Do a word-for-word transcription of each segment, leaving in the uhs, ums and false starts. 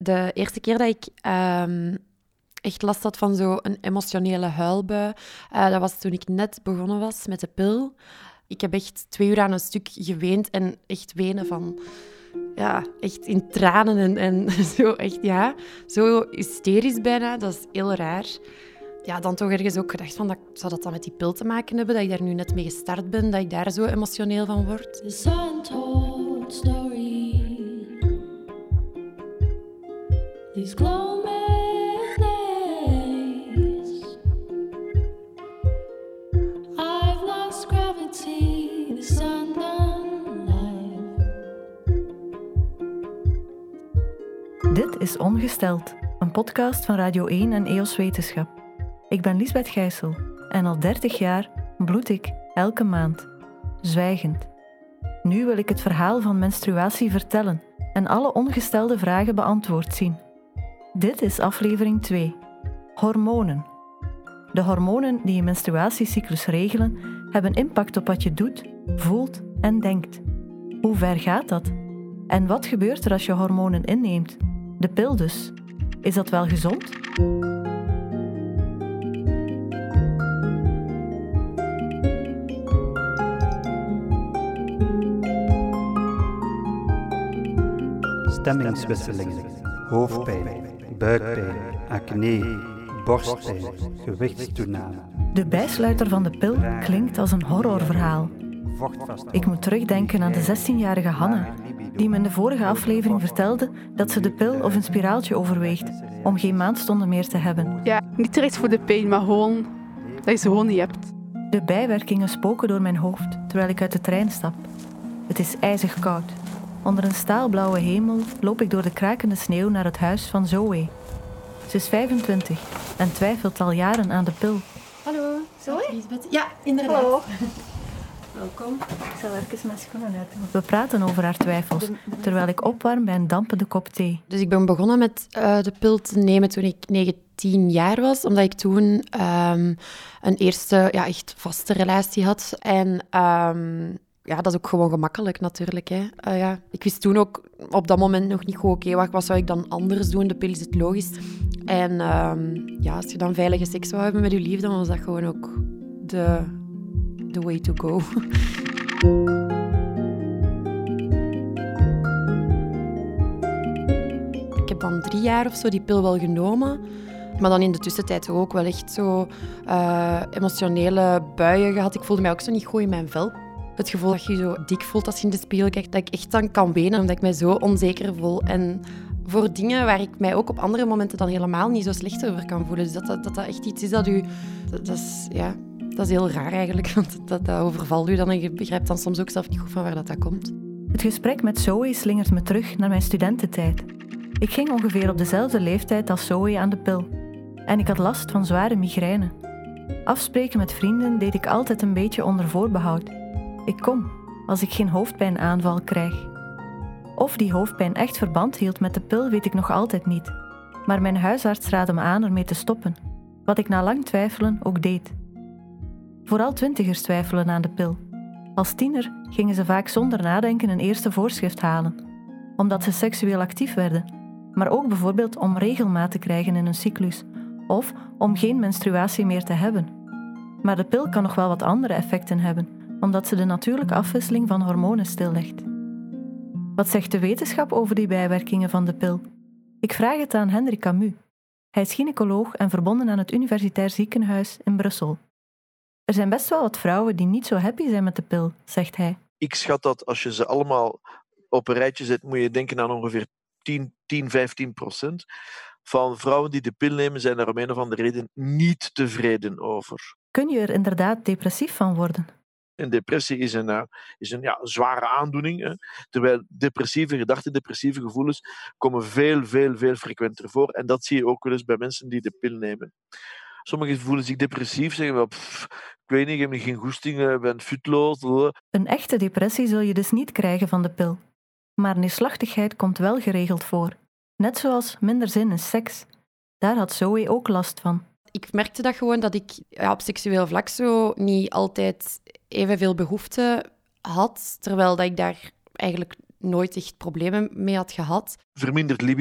De eerste keer dat ik um, echt last had van zo'n emotionele huilbui, uh, dat was toen ik net begonnen was met de pil. Ik heb echt twee uur aan een stuk geweend en echt wenen van... Ja, echt in tranen en, en zo echt, ja, zo hysterisch bijna. Dat is heel raar. Ja, dan toch ergens ook gedacht van, dat, zou dat dan met die pil te maken hebben? Dat ik daar nu net mee gestart ben, dat ik daar zo emotioneel van word? The untold story. These glowing days. I've lost gravity, the sunlight. Dit is Ongesteld, een podcast van Radio één en E O S Wetenschap. Ik ben Liesbeth Gijssel en al dertig jaar bloed ik elke maand, zwijgend. Nu wil ik het verhaal van menstruatie vertellen en alle ongestelde vragen beantwoord zien. Dit is aflevering twee. Hormonen. De hormonen die je menstruatiecyclus regelen, hebben impact op wat je doet, voelt en denkt. Hoe ver gaat dat? En wat gebeurt er als je hormonen inneemt? De pil dus. Is dat wel gezond? Stemmingswisselingen, hoofdpijn, buikpijn, acne, borstpijn, gewichtstoename. De bijsluiter van de pil klinkt als een horrorverhaal. Ik moet terugdenken aan de zestienjarige Hanna, die me in de vorige aflevering vertelde dat ze de pil of een spiraaltje overweegt om geen maandstonden meer te hebben. Ja, niet direct voor de pijn, maar gewoon dat je ze gewoon niet hebt. De bijwerkingen spoken door mijn hoofd terwijl ik uit de trein stap. Het is ijzig koud. Onder een staalblauwe hemel loop ik door de krakende sneeuw naar het huis van Zoe. Ze is vijfentwintig en twijfelt al jaren aan de pil. Hallo, Zoe? Liesbeth. Ja, inderdaad. Hallo. Welkom. Ik zal even mijn schoenen uitdoen. We praten over haar twijfels, terwijl ik opwarm bij een dampende kop thee. Dus ik ben begonnen met uh, de pil te nemen toen ik negentien jaar was, omdat ik toen um, een eerste ja, echt vaste relatie had. En um, ja, dat is ook gewoon gemakkelijk natuurlijk. Hè. Uh, ja. Ik wist toen ook op dat moment nog niet goed, oké, okay, wat, wat zou ik dan anders doen? De pil is het logisch. En um, ja, als je dan veilige seks zou hebben met je liefde, dan was dat gewoon ook de... the way to go. Ik heb dan drie jaar of zo die pil wel genomen, maar dan in de tussentijd ook wel echt zo uh, emotionele buien gehad. Ik voelde mij ook zo niet goed in mijn vel. Het gevoel dat je je zo dik voelt als je in de spiegel kijkt, dat ik echt dan kan wenen, omdat ik mij zo onzeker voel. En voor dingen waar ik mij ook op andere momenten dan helemaal niet zo slecht over kan voelen. Dus dat dat, dat, dat echt iets is dat u... Dat, dat is, ja... Dat is heel raar eigenlijk, want dat, dat overvalt u dan en je begrijpt dan soms ook zelf niet goed van waar dat, dat komt. Het gesprek met Zoe slingert me terug naar mijn studententijd. Ik ging ongeveer op dezelfde leeftijd als Zoe aan de pil. En ik had last van zware migraine. Afspreken met vrienden deed ik altijd een beetje onder voorbehoud. Ik kom, als ik geen hoofdpijnaanval krijg. Of die hoofdpijn echt verband hield met de pil, weet ik nog altijd niet. Maar mijn huisarts raadde me aan ermee te stoppen. Wat ik na lang twijfelen ook deed. Vooral twintigers twijfelen aan de pil. Als tiener gingen ze vaak zonder nadenken een eerste voorschrift halen, omdat ze seksueel actief werden, maar ook bijvoorbeeld om regelmaat te krijgen in hun cyclus, of om geen menstruatie meer te hebben. Maar de pil kan nog wel wat andere effecten hebben, omdat ze de natuurlijke afwisseling van hormonen stillegt. Wat zegt de wetenschap over die bijwerkingen van de pil? Ik vraag het aan Hendrik Camus. Hij is gynaecoloog en verbonden aan het Universitair Ziekenhuis in Brussel. Er zijn best wel wat vrouwen die niet zo happy zijn met de pil, zegt hij. Ik schat dat als je ze allemaal op een rijtje zet, moet je denken aan ongeveer tien, vijftien procent van vrouwen die de pil nemen, zijn er om een of andere reden niet tevreden over. Kun je er inderdaad depressief van worden? Een depressie is een, uh, is een ja, zware aandoening, hè? Terwijl depressieve gedachten, depressieve gevoelens komen veel, veel, veel frequenter voor. En dat zie je ook wel eens bij mensen die de pil nemen. Sommigen voelen zich depressief, zeggen wel, pff, ik weet niet, ik heb geen goesting, ik ben futloos. Een echte depressie zul je dus niet krijgen van de pil. Maar neerslachtigheid komt wel geregeld voor. Net zoals minder zin in seks. Daar had Zoe ook last van. Ik merkte dat gewoon dat ik ja, op seksueel vlak zo niet altijd evenveel behoefte had, terwijl dat ik daar eigenlijk nooit echt problemen mee had gehad. Verminderd libido,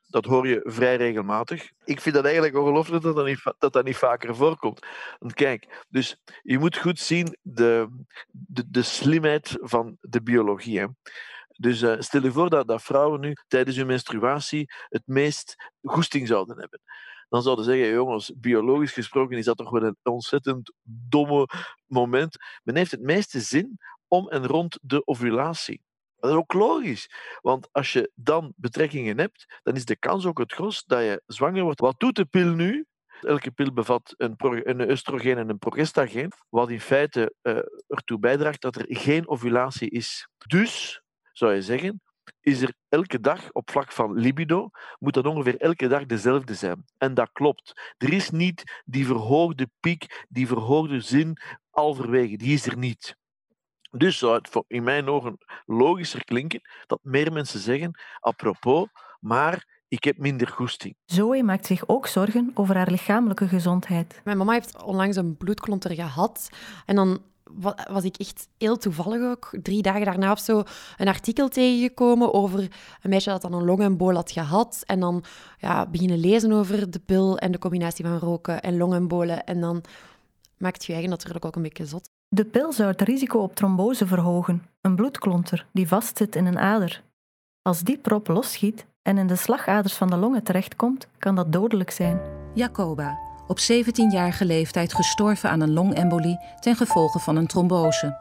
Dat hoor je vrij regelmatig. Ik vind dat eigenlijk ongelooflijk dat dat niet, dat dat niet vaker voorkomt. Want kijk, dus je moet goed zien de, de, de slimheid van de biologie. Hè. Dus uh, stel je voor dat, dat vrouwen nu tijdens hun menstruatie het meest goesting zouden hebben. Dan zouden ze zeggen, jongens, biologisch gesproken is dat toch wel een ontzettend domme moment. Men heeft het meeste zin om en rond de ovulatie. Dat is ook logisch, want als je dan betrekkingen hebt, dan is de kans ook het grootst dat je zwanger wordt. Wat doet de pil nu? Elke pil bevat een, pro- een oestrogeen en een progestageen, wat in feite uh, ertoe bijdraagt dat er geen ovulatie is. Dus, zou je zeggen, is er elke dag op vlak van libido, moet dat ongeveer elke dag dezelfde zijn. En dat klopt. Er is niet die verhoogde piek, die verhoogde zin halverwege. Die is er niet. Dus zou het in mijn ogen logischer klinken dat meer mensen zeggen, apropos, maar ik heb minder goesting. Zoe maakt zich ook zorgen over haar lichamelijke gezondheid. Mijn mama heeft onlangs een bloedklonter gehad. En dan was ik echt heel toevallig ook, drie dagen daarna of zo, een artikel tegengekomen over een meisje dat dan een longembool had gehad. En dan ja, beginnen lezen over de pil en de combinatie van roken en longembolen. En dan maakt je eigen natuurlijk ook een beetje zot. De pil zou het risico op trombose verhogen, een bloedklonter die vastzit in een ader. Als die prop losschiet en in de slagaders van de longen terechtkomt, kan dat dodelijk zijn. Jacoba, op zeventienjarige leeftijd gestorven aan een longembolie ten gevolge van een trombose.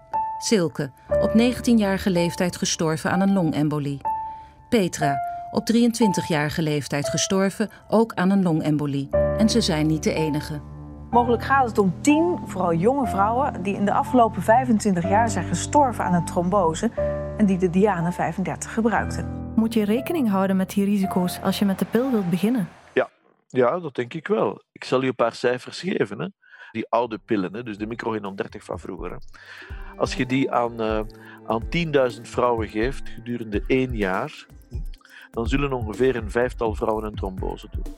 Silke, op negentienjarige leeftijd gestorven aan een longembolie. Petra, op drieëntwintigjarige leeftijd gestorven, ook aan een longembolie. En ze zijn niet de enige. Mogelijk gaat het om tien, vooral jonge vrouwen, die in de afgelopen vijfentwintig jaar zijn gestorven aan een trombose en die de Diane vijfendertig gebruikten. Moet je rekening houden met die risico's als je met de pil wilt beginnen? Ja, ja dat denk ik wel. Ik zal je een paar cijfers geven. Hè. Die oude pillen, hè, dus de microgynon dertig van vroeger. Hè. Als je die aan, uh, aan tienduizend vrouwen geeft gedurende één jaar, dan zullen ongeveer een vijftal vrouwen een trombose doen.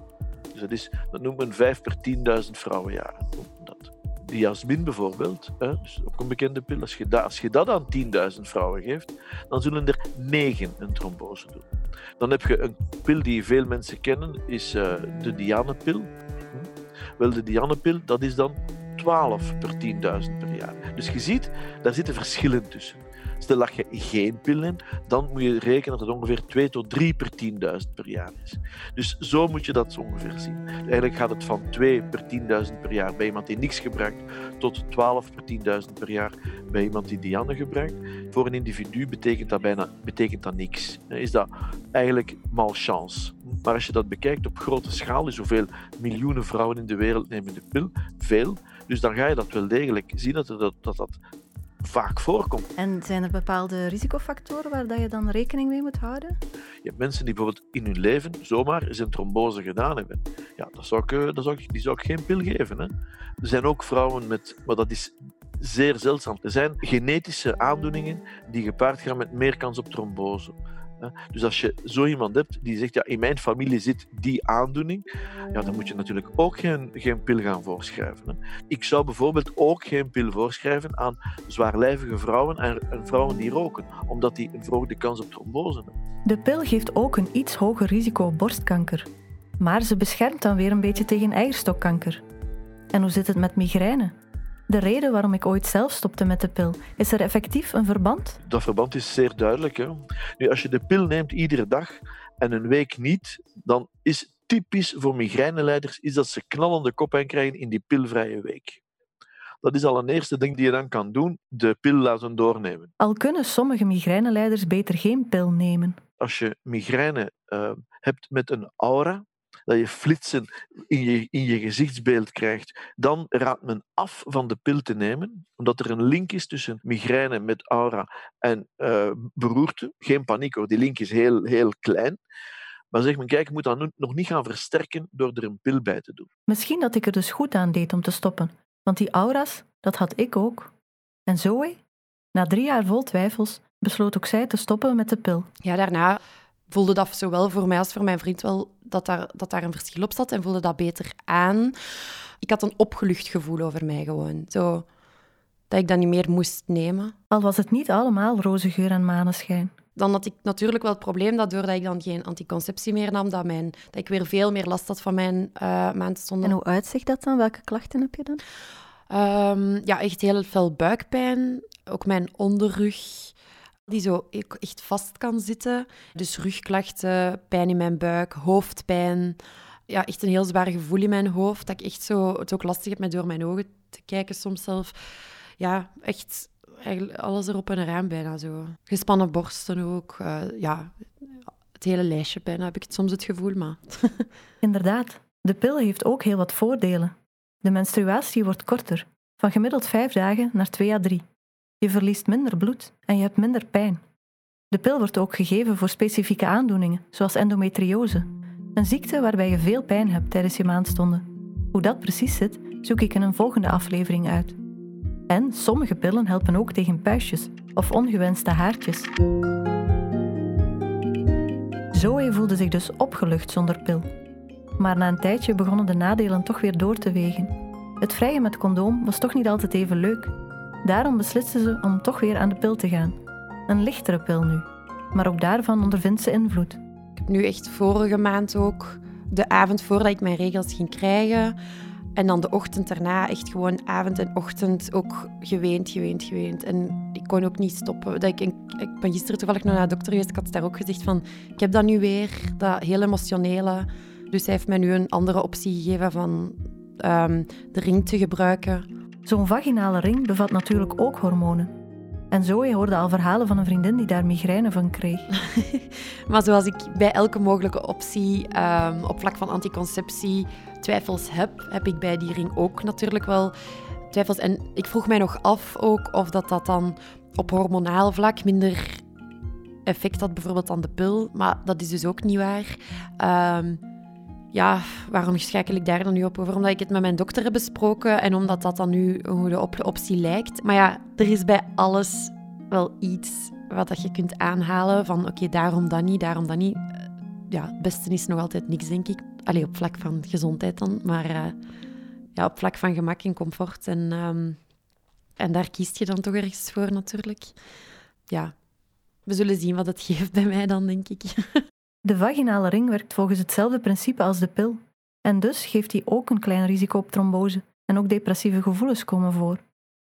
Dus dat, is, dat noemt men vijf per tienduizend vrouwenjaren. Dat. Diasmin bijvoorbeeld, hè, dus ook een bekende pil, als je, dat, als je dat aan tienduizend vrouwen geeft, dan zullen er negen een trombose doen. Dan heb je een pil die veel mensen kennen, is uh, de Diane-pil. Hm? Wel, de Diane-pil, dat is dan twaalf per tienduizend per jaar. Dus je ziet, daar zitten verschillen tussen. Stel dat je geen pil neemt, dan moet je rekenen dat het ongeveer twee tot drie per tienduizend per jaar is. Dus zo moet je dat zo ongeveer zien. Eigenlijk gaat het van twee per tienduizend per jaar bij iemand die niks gebruikt, tot twaalf per tienduizend per jaar bij iemand die Diane gebruikt. Voor een individu betekent dat bijna betekent dat niks. Is dat eigenlijk malchance. Maar als je dat bekijkt op grote schaal, dus hoeveel miljoenen vrouwen in de wereld nemen de pil, veel, dus dan ga je dat wel degelijk zien dat dat, dat, dat vaak voorkomt. En zijn er bepaalde risicofactoren waar dat je dan rekening mee moet houden? Je hebt mensen die bijvoorbeeld in hun leven zomaar eens een trombose gedaan hebben. Ja, dat zou ik, dat zou ik, die zou ik geen pil geven. Hè. Er zijn ook vrouwen met, maar dat is zeer zeldzaam. Er zijn genetische aandoeningen die gepaard gaan met meer kans op trombose. Dus als je zo iemand hebt die zegt, ja, in mijn familie zit die aandoening, ja, dan moet je natuurlijk ook geen, geen pil gaan voorschrijven. Hè. Ik zou bijvoorbeeld ook geen pil voorschrijven aan zwaarlijvige vrouwen en, en vrouwen die roken, omdat die een verhoogde kans op trombose hebben. De pil geeft ook een iets hoger risico op borstkanker. Maar ze beschermt dan weer een beetje tegen eierstokkanker. En hoe zit het met migraine? De reden waarom ik ooit zelf stopte met de pil, is er effectief een verband? Dat verband is zeer duidelijk. Hè? Nu, als je de pil neemt iedere dag en een week niet, dan is typisch voor migraineleiders is dat ze knallende koppijn krijgen in die pilvrije week. Dat is al een eerste ding die je dan kan doen, de pil laten doornemen. Al kunnen sommige migraineleiders beter geen pil nemen. Als je migraine uh, hebt met een aura, dat je flitsen in je, in je gezichtsbeeld krijgt, dan raadt men af van de pil te nemen, omdat er een link is tussen migraine met aura en uh, beroerte. Geen paniek hoor, die link is heel, heel klein. Maar zeg men, kijk, je moet dat nu nog niet gaan versterken door er een pil bij te doen. Misschien dat ik er dus goed aan deed om te stoppen, want die aura's, dat had ik ook. En Zoe, na drie jaar vol twijfels, besloot ook zij te stoppen met de pil. Ja, daarna voelde dat zowel voor mij als voor mijn vriend wel dat daar, dat daar een verschil op zat en voelde dat beter aan. Ik had een opgelucht gevoel over mij gewoon. Zo, dat ik dat niet meer moest nemen. Al was het niet allemaal roze geur en maneschijn. Dan had ik natuurlijk wel het probleem dat doordat ik dan geen anticonceptie meer nam, dat, mijn, dat ik weer veel meer last had van mijn uh, maandstonden. En hoe uitzicht dat dan? Welke klachten heb je dan? Um, ja, echt heel veel buikpijn. Ook mijn onderrug, die zo echt vast kan zitten. Dus rugklachten, pijn in mijn buik, hoofdpijn. Ja, echt een heel zwaar gevoel in mijn hoofd. Dat ik echt zo, het ook lastig heb met door mijn ogen te kijken soms zelf. Ja, echt eigenlijk alles erop en eraan bijna zo. Gespannen borsten ook. Uh, ja, het hele lijstje bijna heb ik het soms het gevoel, maar... Inderdaad, de pil heeft ook heel wat voordelen. De menstruatie wordt korter, van gemiddeld vijf dagen naar twee à drie. Je verliest minder bloed en je hebt minder pijn. De pil wordt ook gegeven voor specifieke aandoeningen, zoals endometriose. Een ziekte waarbij je veel pijn hebt tijdens je maandstonden. Hoe dat precies zit, zoek ik in een volgende aflevering uit. En sommige pillen helpen ook tegen puistjes of ongewenste haartjes. Zoe voelde zich dus opgelucht zonder pil. Maar na een tijdje begonnen de nadelen toch weer door te wegen. Het vrijen met condoom was toch niet altijd even leuk. Daarom besliste ze om toch weer aan de pil te gaan. Een lichtere pil nu, maar ook daarvan ondervindt ze invloed. Ik heb nu echt vorige maand ook, de avond voordat ik mijn regels ging krijgen, en dan de ochtend daarna echt gewoon avond en ochtend ook geweend, geweend, geweend. En ik kon ook niet stoppen. Dat ik, ik ben gisteren toevallig nog naar de dokter geweest, ik had daar ook gezegd van, ik heb dat nu weer, dat heel emotionele. Dus hij heeft mij nu een andere optie gegeven van um, de ring te gebruiken. Zo'n vaginale ring bevat natuurlijk ook hormonen. En Zoe hoorde al verhalen van een vriendin die daar migraine van kreeg. Maar zoals ik bij elke mogelijke optie um, op vlak van anticonceptie twijfels heb, heb ik bij die ring ook natuurlijk wel twijfels. En ik vroeg mij nog af ook of dat, dat dan op hormonaal vlak minder effect had, bijvoorbeeld dan de pil. Maar dat is dus ook niet waar. Um, Ja, waarom schakel ik daar dan nu op over? Omdat ik het met mijn dokter heb besproken en omdat dat dan nu een goede op- optie lijkt. Maar ja, er is bij alles wel iets wat dat je kunt aanhalen van oké, okay, daarom dat niet, daarom dat niet. Ja, het beste is nog altijd niks, denk ik. Allee, op vlak van gezondheid dan, maar uh, ja, op vlak van gemak en comfort. En, um, en daar kiest je dan toch ergens voor natuurlijk. Ja, we zullen zien wat het geeft bij mij dan, denk ik. De vaginale ring werkt volgens hetzelfde principe als de pil. En dus geeft die ook een klein risico op trombose. En ook depressieve gevoelens komen voor.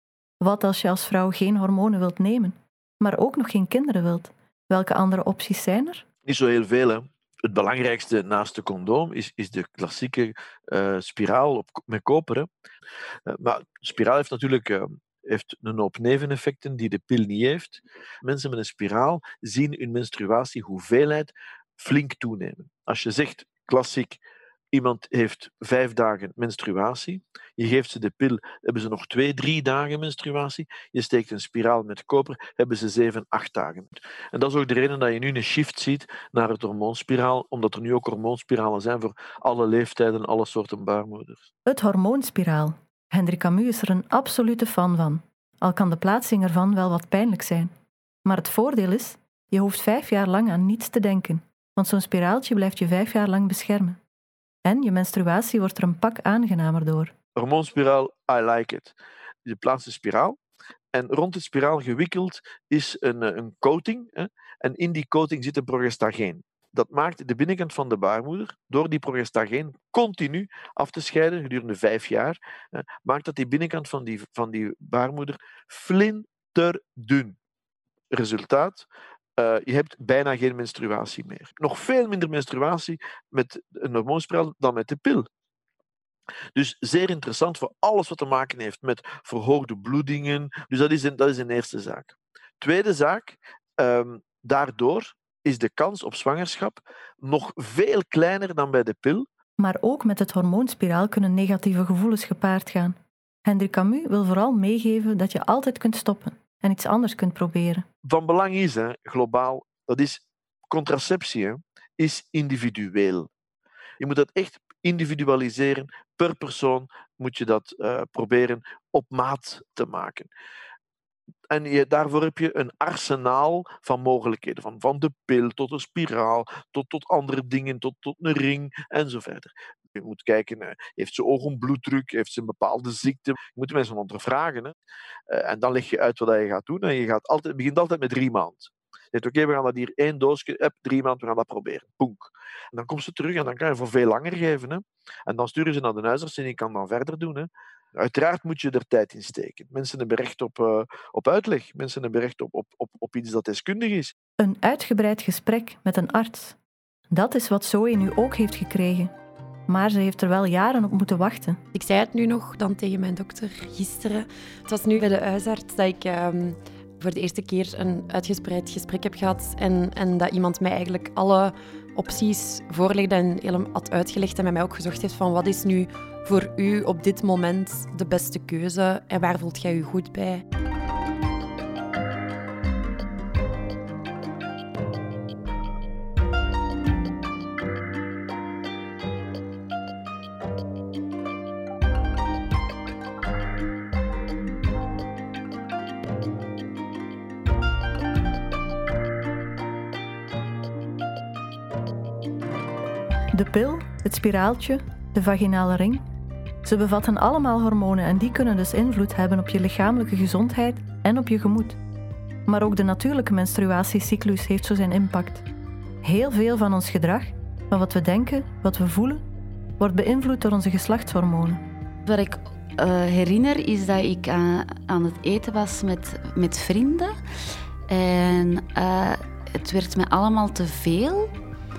Wat als je als vrouw geen hormonen wilt nemen, maar ook nog geen kinderen wilt? Welke andere opties zijn er? Niet zo heel veel, hè. Het belangrijkste naast de condoom is, is de klassieke uh, spiraal op, met koper. Hè. Uh, maar spiraal heeft natuurlijk... Uh, heeft een hoop neveneffecten die de pil niet heeft. Mensen met een spiraal zien hun menstruatiehoeveelheid flink toenemen. Als je zegt, klassiek, iemand heeft vijf dagen menstruatie, je geeft ze de pil, hebben ze nog twee, drie dagen menstruatie, je steekt een spiraal met koper, hebben ze zeven, acht dagen. En dat is ook de reden dat je nu een shift ziet naar het hormoonspiraal, omdat er nu ook hormoonspiralen zijn voor alle leeftijden, alle soorten baarmoeders. Het hormoonspiraal. Hendrik Camus is er een absolute fan van. Al kan de plaatsing ervan wel wat pijnlijk zijn. Maar het voordeel is, je hoeft vijf jaar lang aan niets te denken. Want zo'n spiraaltje blijft je vijf jaar lang beschermen. En je menstruatie wordt er een pak aangenamer door. Hormoonspiraal, I like it. Je plaatst een spiraal en rond de spiraal gewikkeld is een, een coating. Hè? En in die coating zit een progestageen. Dat maakt de binnenkant van de baarmoeder, door die progestageen continu af te scheiden, gedurende vijf jaar, hè, maakt dat die binnenkant van die, van die baarmoeder flinterdun. Resultaat, uh, je hebt bijna geen menstruatie meer. Nog veel minder menstruatie met een hormoonspiraal dan met de pil. Dus zeer interessant voor alles wat te maken heeft met verhoogde bloedingen. Dus dat is een, dat is een eerste zaak. Tweede zaak, um, daardoor is de kans op zwangerschap nog veel kleiner dan bij de pil. Maar ook met het hormoonspiraal kunnen negatieve gevoelens gepaard gaan. Hendrik Camus wil vooral meegeven dat je altijd kunt stoppen en iets anders kunt proberen. Van belang is, hè, globaal, dat is contraceptie, hè, is individueel. Je moet dat echt individualiseren. Per persoon moet je dat uh, proberen op maat te maken. En je, daarvoor heb je een arsenaal van mogelijkheden. Van, van de pil tot een spiraal, tot, tot andere dingen, tot, tot een ring en zo verder. Je moet kijken, uh, heeft ze oog- en bloeddruk, heeft ze een bepaalde ziekte. Je moet de mensen ondervragen. Hè. Uh, en dan leg je uit wat je gaat doen. En je gaat altijd, begint altijd met drie maanden. Zegt, oké, okay, we gaan dat hier één doosje, heb, drie maanden, we gaan dat proberen. Poenk. En dan komt ze terug en dan kan je voor veel langer geven. Hè. En dan sturen ze naar de huisarts en die kan dan verder doen. Hè. Uiteraard moet je er tijd in steken. Mensen hebben recht op, uh, op uitleg. Mensen hebben recht op, op, op, op iets dat deskundig is. Een uitgebreid gesprek met een arts. Dat is wat Zoe nu ook heeft gekregen. Maar ze heeft er wel jaren op moeten wachten. Ik zei het nu nog dan tegen mijn dokter gisteren. Het was nu bij de huisarts dat ik um, voor de eerste keer een uitgebreid gesprek heb gehad. En, en dat iemand mij eigenlijk alle opties voorlegde en helemaal had uitgelegd. En met mij ook gezegd heeft van wat is nu voor u op dit moment de beste keuze en waar voelt jij u goed bij? De pil, het spiraaltje, de vaginale ring. Ze bevatten allemaal hormonen en die kunnen dus invloed hebben op je lichamelijke gezondheid en op je gemoed. Maar ook de natuurlijke menstruatiecyclus heeft zo zijn impact. Heel veel van ons gedrag, van wat we denken, wat we voelen, wordt beïnvloed door onze geslachtshormonen. Wat ik uh, herinner is dat ik uh, aan het eten was met, met vrienden. En uh, het werd me allemaal te veel.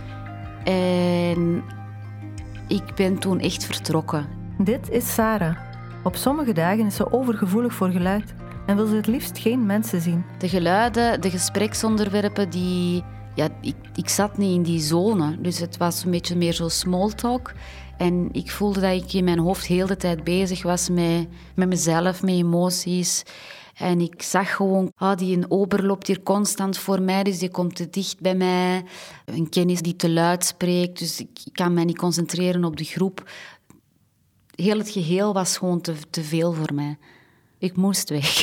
En ik ben toen echt vertrokken. Dit is Sarah. Op sommige dagen is ze overgevoelig voor geluid en wil ze het liefst geen mensen zien. De geluiden, de gespreksonderwerpen, die, ja, ik, ik zat niet in die zone. Dus het was een beetje meer zo small talk. En ik voelde dat ik in mijn hoofd heel de tijd bezig was met, met mezelf, met emoties. En ik zag gewoon, oh, die een ober loopt hier constant voor mij, dus die komt te dicht bij mij. Een kennis die te luid spreekt, dus ik kan mij niet concentreren op de groep. Heel het geheel was gewoon te, te veel voor mij. Ik moest weg.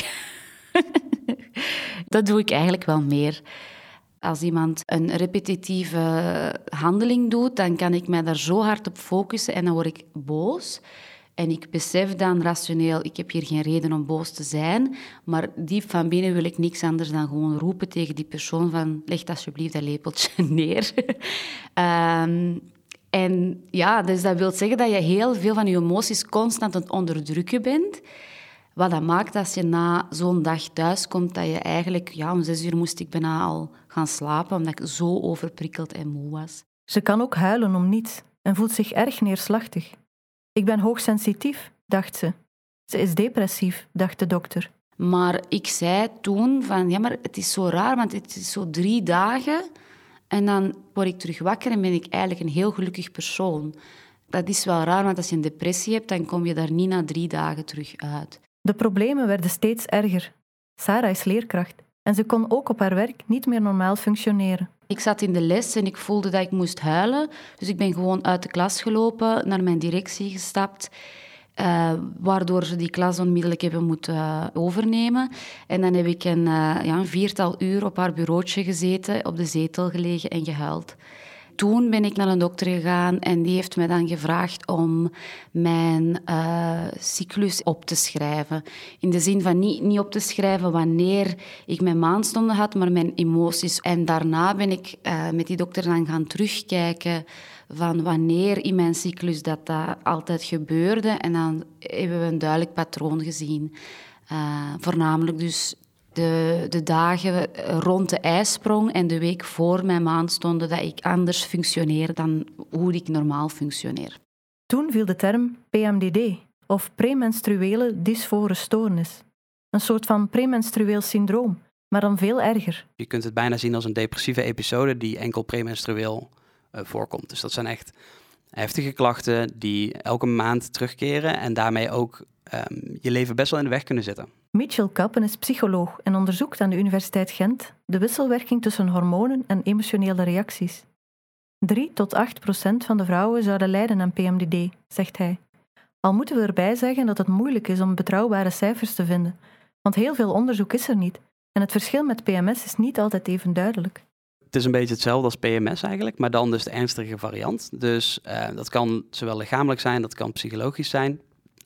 Dat doe ik eigenlijk wel meer. Als iemand een repetitieve handeling doet, dan kan ik mij daar zo hard op focussen en dan word ik boos. En ik besef dan rationeel, ik heb hier geen reden om boos te zijn, maar diep van binnen wil ik niks anders dan gewoon roepen tegen die persoon van, leg alsjeblieft dat lepeltje neer. um, en ja, dus dat wil zeggen dat je heel veel van je emoties constant aan het onderdrukken bent. Wat dat maakt als je na zo'n dag thuiskomt, dat je eigenlijk, ja, om zes uur moest ik bijna al gaan slapen, omdat ik zo overprikkeld en moe was. Ze kan ook huilen om niets en voelt zich erg neerslachtig. Ik ben hoogsensitief, dacht ze. Ze is depressief, dacht de dokter. Maar ik zei toen van, ja, maar het is zo raar, want het is zo drie dagen en dan word ik terug wakker en ben ik eigenlijk een heel gelukkig persoon. Dat is wel raar, want als je een depressie hebt, dan kom je daar niet na drie dagen terug uit. De problemen werden steeds erger. Sarah is leerkracht en ze kon ook op haar werk niet meer normaal functioneren. Ik zat in de les en ik voelde dat ik moest huilen. Dus ik ben gewoon uit de klas gelopen, naar mijn directie gestapt. Uh, waardoor ze die klas onmiddellijk hebben moeten uh, overnemen. En dan heb ik een, uh, ja, een viertal uur op haar bureautje gezeten, op de zetel gelegen en gehuild. Toen ben ik naar een dokter gegaan en die heeft mij dan gevraagd om mijn uh, cyclus op te schrijven. In de zin van niet, niet op te schrijven wanneer ik mijn maandstonden had, maar mijn emoties. En daarna ben ik uh, met die dokter dan gaan terugkijken van wanneer in mijn cyclus dat, dat altijd gebeurde. En dan hebben we een duidelijk patroon gezien. Uh, voornamelijk dus De, de dagen rond de ijsprong en de week voor mijn maandstonden dat ik anders functioneer dan hoe ik normaal functioneer. Toen viel de term P M D D, of premenstruele dysfore stoornis. Een soort van premenstrueel syndroom, maar dan veel erger. Je kunt het bijna zien als een depressieve episode die enkel premenstrueel uh, voorkomt. Dus dat zijn echt heftige klachten die elke maand terugkeren en daarmee ook um, je leven best wel in de weg kunnen zitten. Mitchell Kappen is psycholoog en onderzoekt aan de Universiteit Gent de wisselwerking tussen hormonen en emotionele reacties. drie tot acht procent van de vrouwen zouden lijden aan P M D D, zegt hij. Al moeten we erbij zeggen dat het moeilijk is om betrouwbare cijfers te vinden, want heel veel onderzoek is er niet en het verschil met P M S is niet altijd even duidelijk. Het is een beetje hetzelfde als P M S eigenlijk, maar dan dus de ernstige variant. Dus uh, dat kan zowel lichamelijk zijn, dat kan psychologisch zijn.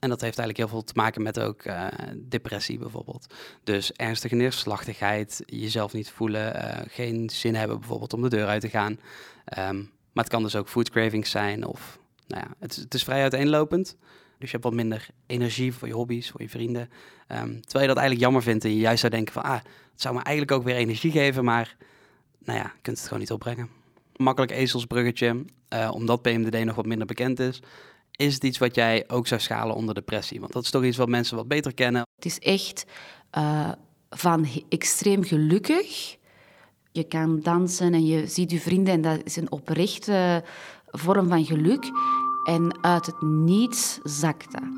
En dat heeft eigenlijk heel veel te maken met ook uh, depressie bijvoorbeeld. Dus ernstige neerslachtigheid, jezelf niet voelen, uh, geen zin hebben bijvoorbeeld om de deur uit te gaan. Um, maar het kan dus ook food cravings zijn of, nou ja, het, het is vrij uiteenlopend. Dus je hebt wat minder energie voor je hobby's, voor je vrienden. Um, terwijl je dat eigenlijk jammer vindt en je juist zou denken van, ah, het zou me eigenlijk ook weer energie geven, maar nou ja, je kunt het gewoon niet opbrengen. Makkelijk ezelsbruggetje, uh, omdat P M D D nog wat minder bekend is. Is het iets wat jij ook zou schalen onder depressie? Want dat is toch iets wat mensen wat beter kennen. Het is echt uh, van extreem gelukkig. Je kan dansen en je ziet je vrienden en dat is een oprechte vorm van geluk. En uit het niets zakt dat.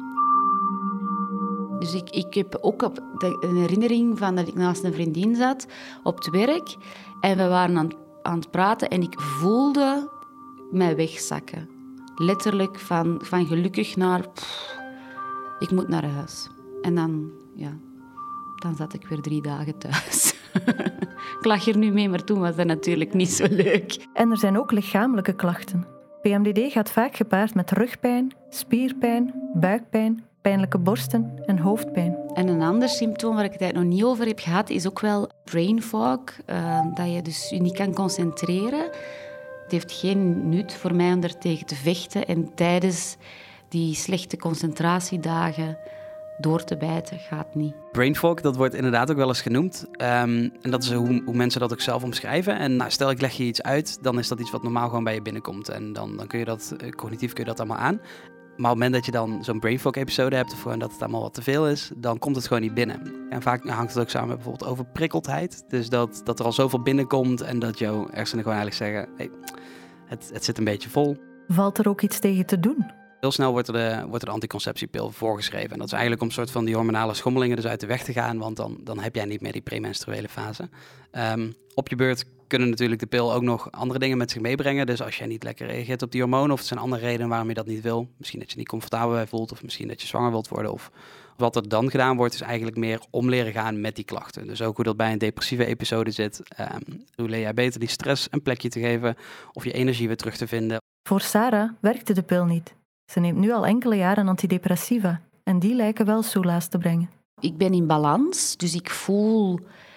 Dus ik, ik heb ook op de, een herinnering van dat ik naast een vriendin zat op het werk. En we waren aan, aan het praten en ik voelde mij wegzakken. Letterlijk van, van gelukkig naar, pff, ik moet naar huis. En dan, ja, dan zat ik weer drie dagen thuis. Ik lach er nu mee, maar toen was dat natuurlijk niet zo leuk. En er zijn ook lichamelijke klachten. P M D D gaat vaak gepaard met rugpijn, spierpijn, buikpijn, pijnlijke borsten en hoofdpijn. En een ander symptoom waar ik het eigenlijk nog niet over heb gehad, is ook wel brain fog. Uh, dat je dus je niet kan concentreren. Het heeft geen nut voor mij om er tegen te vechten en tijdens die slechte concentratiedagen door te bijten gaat niet. Brain fog, dat wordt inderdaad ook wel eens genoemd. Um, en dat is hoe, hoe mensen dat ook zelf omschrijven. En nou, stel ik leg je iets uit, dan is dat iets wat normaal gewoon bij je binnenkomt. En dan, dan kun je dat, cognitief kun je dat allemaal aan. Maar op het moment dat je dan zo'n brain fog episode hebt, of gewoon dat het allemaal wat te veel is, dan komt het gewoon niet binnen. En vaak hangt het ook samen met bijvoorbeeld overprikkeldheid. Dus dat, dat er al zoveel binnenkomt en dat jouw hersenen gewoon eigenlijk zeggen, hey, het, het zit een beetje vol. Valt er ook iets tegen te doen? Heel snel wordt er, de, wordt er de anticonceptiepil voorgeschreven. En dat is eigenlijk om een soort van die hormonale schommelingen dus uit de weg te gaan, want dan, dan heb jij niet meer die premenstruele fase. Um, op je beurt kunnen natuurlijk de pil ook nog andere dingen met zich meebrengen. Dus als jij niet lekker reageert op die hormonen, of er zijn andere redenen waarom je dat niet wil, misschien dat je niet comfortabel bij voelt, of misschien dat je zwanger wilt worden, of wat er dan gedaan wordt, is eigenlijk meer om leren gaan met die klachten. Dus ook hoe dat bij een depressieve episode zit. Um, hoe leer jij beter die stress een plekje te geven, of je energie weer terug te vinden. Voor Sarah werkte de pil niet. Ze neemt nu al enkele jaren antidepressiva en die lijken wel soelaas te brengen. Ik ben in balans, dus ik voel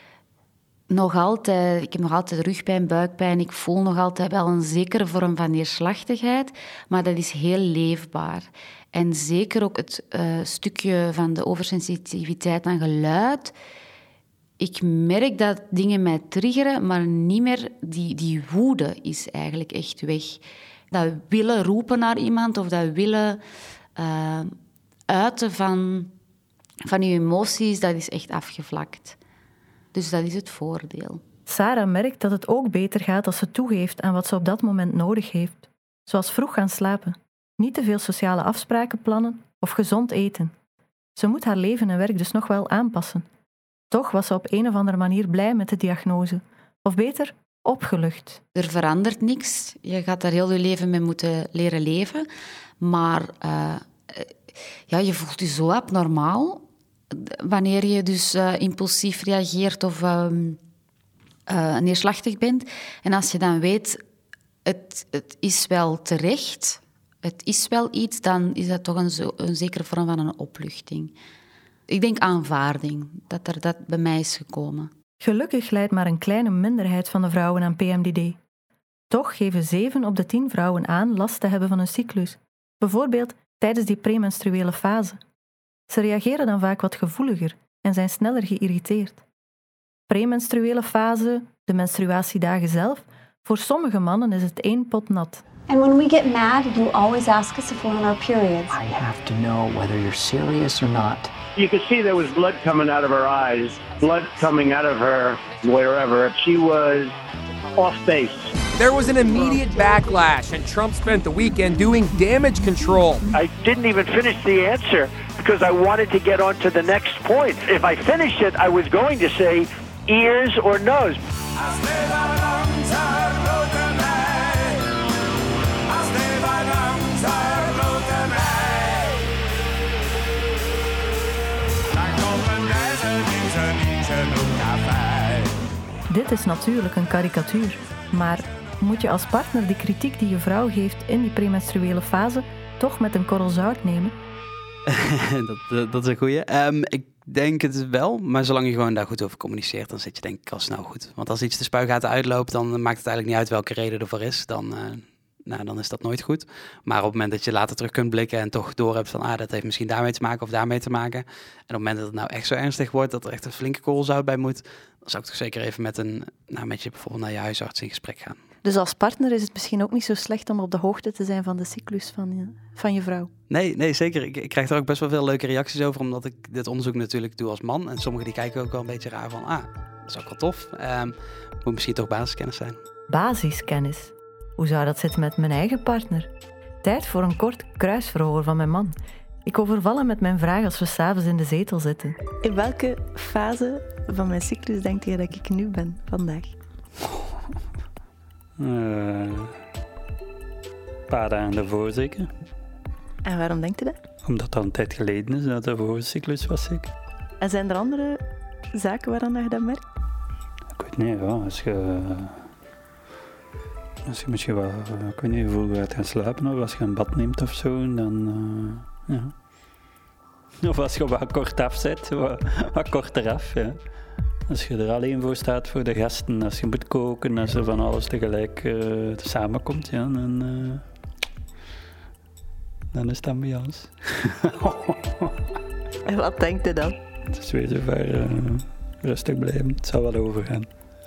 nog altijd, ik heb nog altijd rugpijn, buikpijn. Ik voel nog altijd wel een zekere vorm van neerslachtigheid, maar dat is heel leefbaar. En zeker ook het uh, stukje van de oversensitiviteit aan geluid. Ik merk dat dingen mij triggeren, maar niet meer die, die woede is eigenlijk echt weg. Dat willen roepen naar iemand of dat willen uh, uiten van, van je emoties, dat is echt afgevlakt. Dus dat is het voordeel. Sarah merkt dat het ook beter gaat als ze toegeeft aan wat ze op dat moment nodig heeft. Zoals vroeg gaan slapen, niet te veel sociale afspraken plannen of gezond eten. Ze moet haar leven en werk dus nog wel aanpassen. Toch was ze op een of andere manier blij met de diagnose. Of beter, opgelucht. Er verandert niks. Je gaat daar heel je leven mee moeten leren leven. Maar uh, ja, je voelt je zo abnormaal wanneer je dus uh, impulsief reageert of uh, uh, neerslachtig bent. En als je dan weet, het, het is wel terecht, het is wel iets, dan is dat toch een, zo, een zekere vorm van een opluchting. Ik denk aanvaarding, dat er dat bij mij is gekomen. Gelukkig lijdt maar een kleine minderheid van de vrouwen aan P M D D. Toch geven zeven op de tien vrouwen aan last te hebben van hun cyclus. Bijvoorbeeld tijdens die premenstruele fase. Ze reageren dan vaak wat gevoeliger en zijn sneller geïrriteerd. Premenstruele fase, de menstruatiedagen zelf, voor sommige mannen is het één pot nat. And when we get mad, you always ask us if we're on our periods. I have to know whether you're serious or not. You could see there was blood coming out of her eyes, blood coming out of her wherever. She was off base. There was an immediate backlash, and Trump spent the weekend doing damage control. I didn't even finish the answer because I wanted to get on to the next point. If I finished it, I was going to say ears or nose. Dit is natuurlijk een karikatuur, maar moet je als partner die kritiek die je vrouw geeft in die premenstruele fase toch met een korrel zout nemen? dat, dat, dat is een goeie. Um, ik denk het wel, maar zolang je gewoon daar goed over communiceert, dan zit je denk ik al snel goed. Want als iets de spuigaten uitloopt, dan maakt het eigenlijk niet uit welke reden ervoor is. Dan, uh, nou, dan is dat nooit goed. Maar op het moment dat je later terug kunt blikken en toch doorhebt van, ah, dat heeft misschien daarmee te maken of daarmee te maken. En op het moment dat het nou echt zo ernstig wordt, dat er echt een flinke koolzout bij moet, dan zou ik toch zeker even met, een, nou, met je bijvoorbeeld naar je huisarts in gesprek gaan. Dus als partner is het misschien ook niet zo slecht om op de hoogte te zijn van de cyclus van je, van je vrouw? Nee, nee zeker. Ik, ik krijg er ook best wel veel leuke reacties over, omdat ik dit onderzoek natuurlijk doe als man. En sommigen die kijken ook wel een beetje raar van, ah, dat is ook wel tof. Um, moet misschien toch basiskennis zijn. Basiskennis? Hoe zou dat zitten met mijn eigen partner? Tijd voor een kort kruisverhoor van mijn man. Ik overval hem met mijn vraag als we s'avonds in de zetel zitten. In welke fase van mijn cyclus denk je dat ik nu ben vandaag? Een uh, paar dagen daarvoor zeker. En waarom denkt u dat? Omdat dat een tijd geleden is dat de vorige cyclus was zeker. En zijn er andere zaken waaraan je dat merkt? Ik weet niet, ja. Als je, als je misschien wel, ik weet niet, vroeg gaat gaan slapen of als je een bad neemt of zo, dan uh, ja. Of als je wat kort afzet, wat, wat korter af, ja. Als je er alleen voor staat voor de gasten, als je moet koken, als er van alles tegelijk uh, samenkomt, ja, dan, uh, dan is het ambiance. En wat denkt u dan? Het is weer zover uh, rustig blijven, het zal wel overgaan.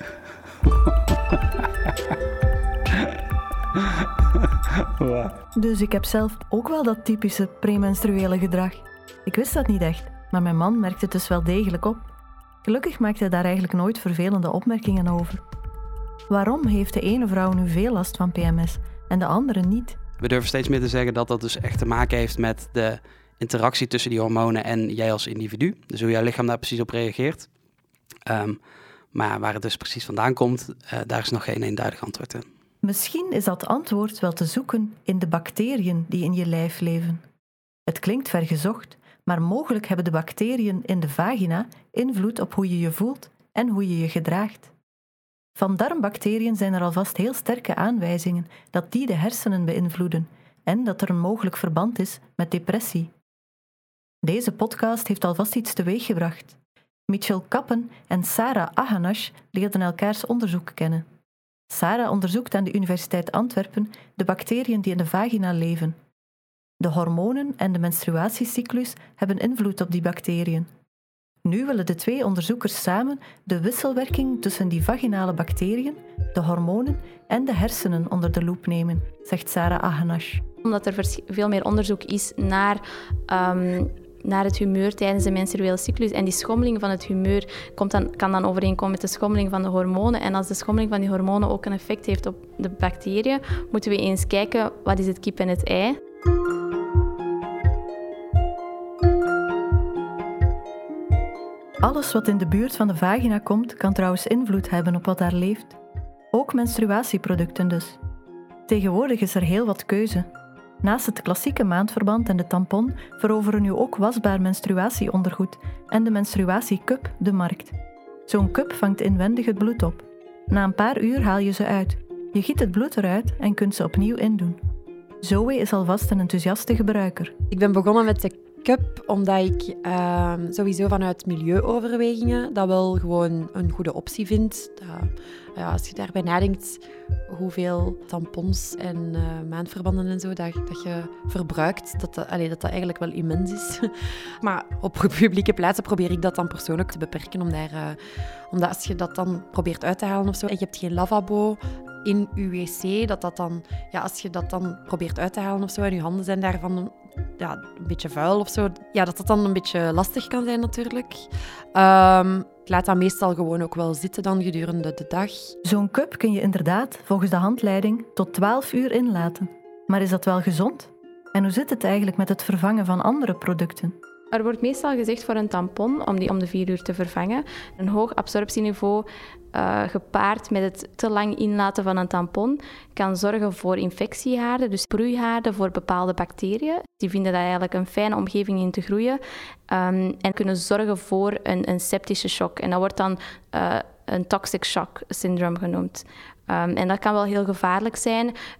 Wow. Dus ik heb zelf ook wel dat typische premenstruele gedrag. Ik wist dat niet echt, maar mijn man merkte het dus wel degelijk op. Gelukkig maakt hij daar eigenlijk nooit vervelende opmerkingen over. Waarom heeft de ene vrouw nu veel last van P M S en de andere niet? We durven steeds meer te zeggen dat dat dus echt te maken heeft met de interactie tussen die hormonen en jij als individu. Dus hoe jouw lichaam daar precies op reageert. Um, maar waar het dus precies vandaan komt, uh, daar is nog geen eenduidig antwoord in. Misschien is dat antwoord wel te zoeken in de bacteriën die in je lijf leven. Het klinkt vergezocht, maar mogelijk hebben de bacteriën in de vagina invloed op hoe je je voelt en hoe je je gedraagt. Van darmbacteriën zijn er alvast heel sterke aanwijzingen dat die de hersenen beïnvloeden en dat er een mogelijk verband is met depressie. Deze podcast heeft alvast iets teweeggebracht. Mitchell Kappen en Sarah Aganash leerden elkaars onderzoek kennen. Sarah onderzoekt aan de Universiteit Antwerpen de bacteriën die in de vagina leven. De hormonen en de menstruatiecyclus hebben invloed op die bacteriën. Nu willen de twee onderzoekers samen de wisselwerking tussen die vaginale bacteriën, de hormonen en de hersenen onder de loep nemen, zegt Sarah Aganash. Omdat er veel meer onderzoek is naar, um, naar het humeur tijdens de menstruele cyclus. En die schommeling van het humeur komt dan, kan dan overeenkomen met de schommeling van de hormonen. En als de schommeling van die hormonen ook een effect heeft op de bacteriën, moeten we eens kijken wat is het kip en het ei. Alles wat in de buurt van de vagina komt, kan trouwens invloed hebben op wat daar leeft. Ook menstruatieproducten dus. Tegenwoordig is er heel wat keuze. Naast het klassieke maandverband en de tampon veroveren nu ook wasbaar menstruatieondergoed en de menstruatiecup de markt. Zo'n cup vangt inwendig het bloed op. Na een paar uur haal je ze uit. Je giet het bloed eruit en kunt ze opnieuw indoen. Zoe is alvast een enthousiaste gebruiker. Ik ben begonnen met de cup omdat ik uh, sowieso vanuit milieuoverwegingen dat wel gewoon een goede optie vind. Dat, ja, als je daarbij nadenkt hoeveel tampons en uh, maandverbanden en zo dat, dat je verbruikt, dat dat, allee, dat dat eigenlijk wel immens is. Maar op publieke plaatsen probeer ik dat dan persoonlijk te beperken, om daar, uh, omdat als je dat dan probeert uit te halen of zo, en je hebt geen lavabo in je wc, dat dat dan, ja, als je dat dan probeert uit te halen of zo, en je handen zijn daarvan ja, een beetje vuil of zo, ja, dat dat dan een beetje lastig kan zijn natuurlijk. Um, ik laat dat meestal gewoon ook wel zitten dan gedurende de dag. Zo'n cup kun je inderdaad, volgens de handleiding, tot twaalf uur inlaten. Maar is dat wel gezond? En hoe zit het eigenlijk met het vervangen van andere producten? Er wordt meestal gezegd voor een tampon, om die om de vier uur te vervangen, een hoog absorptieniveau uh, gepaard met het te lang inlaten van een tampon kan zorgen voor infectiehaarden, dus broeihaarden voor bepaalde bacteriën. Die vinden daar eigenlijk een fijne omgeving in te groeien um, en kunnen zorgen voor een, een septische shock. En dat wordt dan uh, een toxic shock syndrome genoemd. Um, en dat kan wel heel gevaarlijk zijn.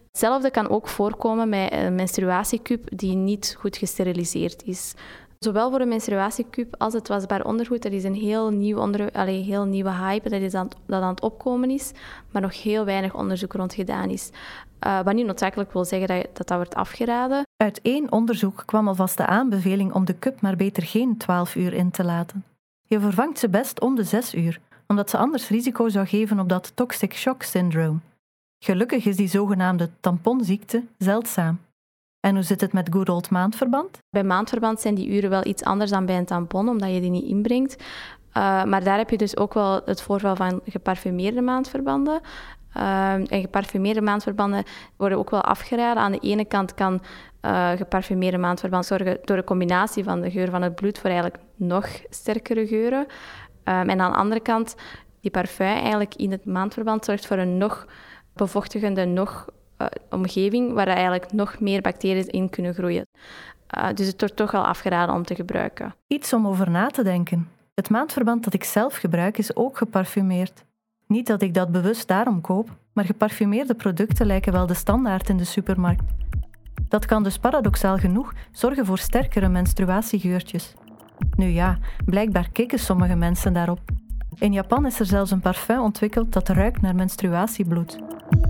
Hetzelfde kan ook voorkomen met een menstruatiecup die niet goed gesteriliseerd is. Zowel voor een menstruatiecup als het wasbaar ondergoed, dat is een heel, nieuw onder, allez, heel nieuwe hype dat, is aan, dat aan het opkomen is, maar nog heel weinig onderzoek rond gedaan is. Uh, wat niet noodzakelijk wil zeggen dat, dat dat wordt afgeraden. Uit één onderzoek kwam alvast de aanbeveling om de cup maar beter geen twaalf uur in te laten. Je vervangt ze best om de zes uur, omdat ze anders risico zou geven op dat toxic shock syndrome. Gelukkig is die zogenaamde tamponziekte zeldzaam. En hoe zit het met good old maandverband? Bij maandverband zijn die uren wel iets anders dan bij een tampon, omdat je die niet inbrengt. Uh, maar daar heb je dus ook wel het voorval van geparfumeerde maandverbanden. Uh, en geparfumeerde maandverbanden worden ook wel afgeraden. Aan de ene kant kan uh, geparfumeerde maandverband zorgen door een combinatie van de geur van het bloed voor eigenlijk nog sterkere geuren. Um, en aan de andere kant, die parfum eigenlijk in het maandverband zorgt voor een nog bevochtigende, nog uh, omgeving waar eigenlijk nog meer bacteriën in kunnen groeien. Uh, dus het wordt toch wel afgeraden om te gebruiken. Iets om over na te denken. Het maandverband dat ik zelf gebruik is ook geparfumeerd. Niet dat ik dat bewust daarom koop, maar geparfumeerde producten lijken wel de standaard in de supermarkt. Dat kan dus paradoxaal genoeg zorgen voor sterkere menstruatiegeurtjes. Nu ja, blijkbaar kikken sommige mensen daarop. In Japan is er zelfs een parfum ontwikkeld dat ruikt naar menstruatiebloed.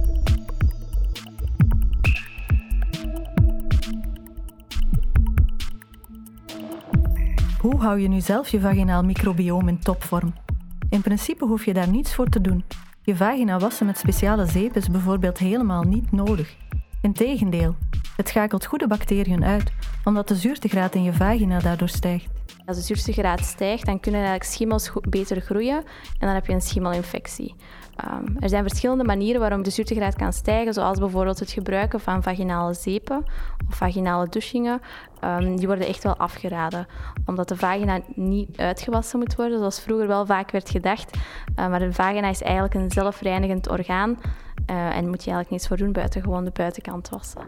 Hoe hou je nu zelf je vaginaal microbioom in topvorm? In principe hoef je daar niets voor te doen. Je vagina wassen met speciale zeep is bijvoorbeeld helemaal niet nodig. Integendeel, het schakelt goede bacteriën uit, omdat de zuurtegraad in je vagina daardoor stijgt. Als de zuurtegraad stijgt, dan kunnen eigenlijk schimmels beter groeien en dan heb je een schimmelinfectie. Um, er zijn verschillende manieren waarom de zuurtegraad kan stijgen, zoals bijvoorbeeld het gebruiken van vaginale zeepen of vaginale douchingen. Um, die worden echt wel afgeraden, omdat de vagina niet uitgewassen moet worden, zoals vroeger wel vaak werd gedacht. Uh, maar de vagina is eigenlijk een zelfreinigend orgaan uh, en moet je eigenlijk niets voor doen buiten gewoon de buitenkant wassen.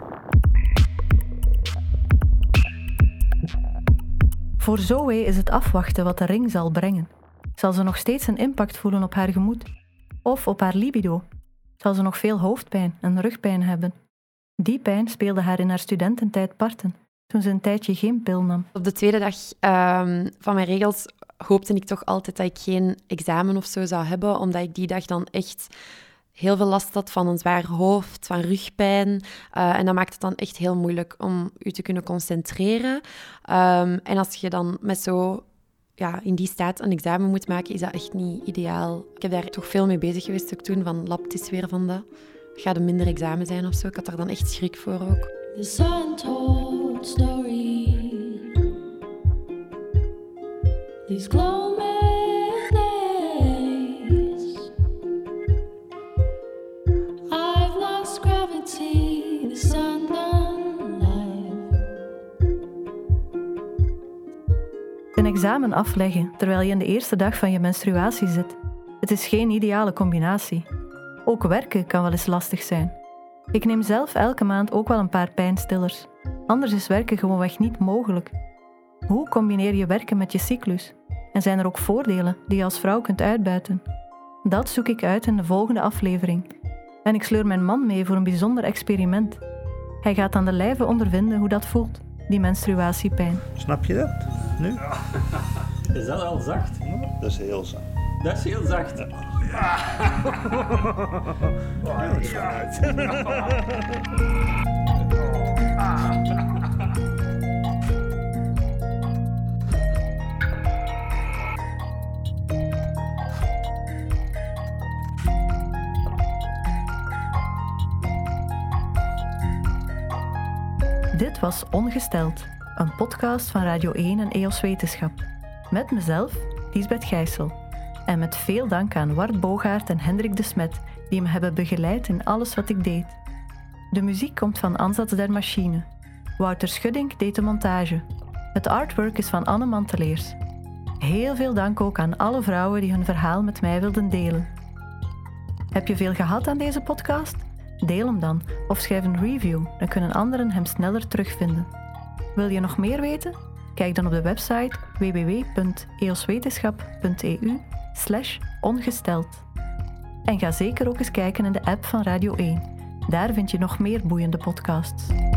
Voor Zoe is het afwachten wat de ring zal brengen. Zal ze nog steeds een impact voelen op haar gemoed? Of op haar libido? Zal ze nog veel hoofdpijn en rugpijn hebben? Die pijn speelde haar in haar studententijd parten, toen ze een tijdje geen pil nam. Op de tweede dag um, van mijn regels hoopte ik toch altijd dat ik geen examen of zo zou hebben, omdat ik die dag dan echt heel veel last had van een zwaar hoofd, van rugpijn. Uh, en dat maakt het dan echt heel moeilijk om je te kunnen concentreren. Um, en als je dan met zo ja, in die staat een examen moet maken, is dat echt niet ideaal. Ik heb daar toch veel mee bezig geweest ook toen, van lab, het is weer van dat. Gaat een minder examen zijn of zo? Ik had daar dan echt schrik voor ook. The untold story. These glow days. I've lost gravity, the sun light. Een examen afleggen terwijl je in de eerste dag van je menstruatie zit. Het is geen ideale combinatie. Ook werken kan wel eens lastig zijn. Ik neem zelf elke maand ook wel een paar pijnstillers. Anders is werken gewoonweg niet mogelijk. Hoe combineer je werken met je cyclus? En zijn er ook voordelen die je als vrouw kunt uitbuiten? Dat zoek ik uit in de volgende aflevering. En ik sleur mijn man mee voor een bijzonder experiment. Hij gaat aan de lijve ondervinden hoe dat voelt, die menstruatiepijn. Snap je dat? Nu? Is dat al zacht? Dat is heel zacht. Dat is heel zacht. Ja. Oh, dat is vanuit. Dit was Ongesteld, een podcast van Radio één en E O S Wetenschap. Met mezelf, Liesbeth Gijssel. En met veel dank aan Wart Bogaert en Hendrik de Smet, die me hebben begeleid in alles wat ik deed. De muziek komt van Ansatz der Machine. Wouter Schuddink deed de montage. Het artwork is van Anne Manteleers. Heel veel dank ook aan alle vrouwen die hun verhaal met mij wilden delen. Heb je veel gehad aan deze podcast? Deel hem dan of schrijf een review, dan kunnen anderen hem sneller terugvinden. Wil je nog meer weten? Kijk dan op de website w w w punt e o s wetenschap punt e u slash ongesteld. En ga zeker ook eens kijken in de app van Radio één. Daar vind je nog meer boeiende podcasts.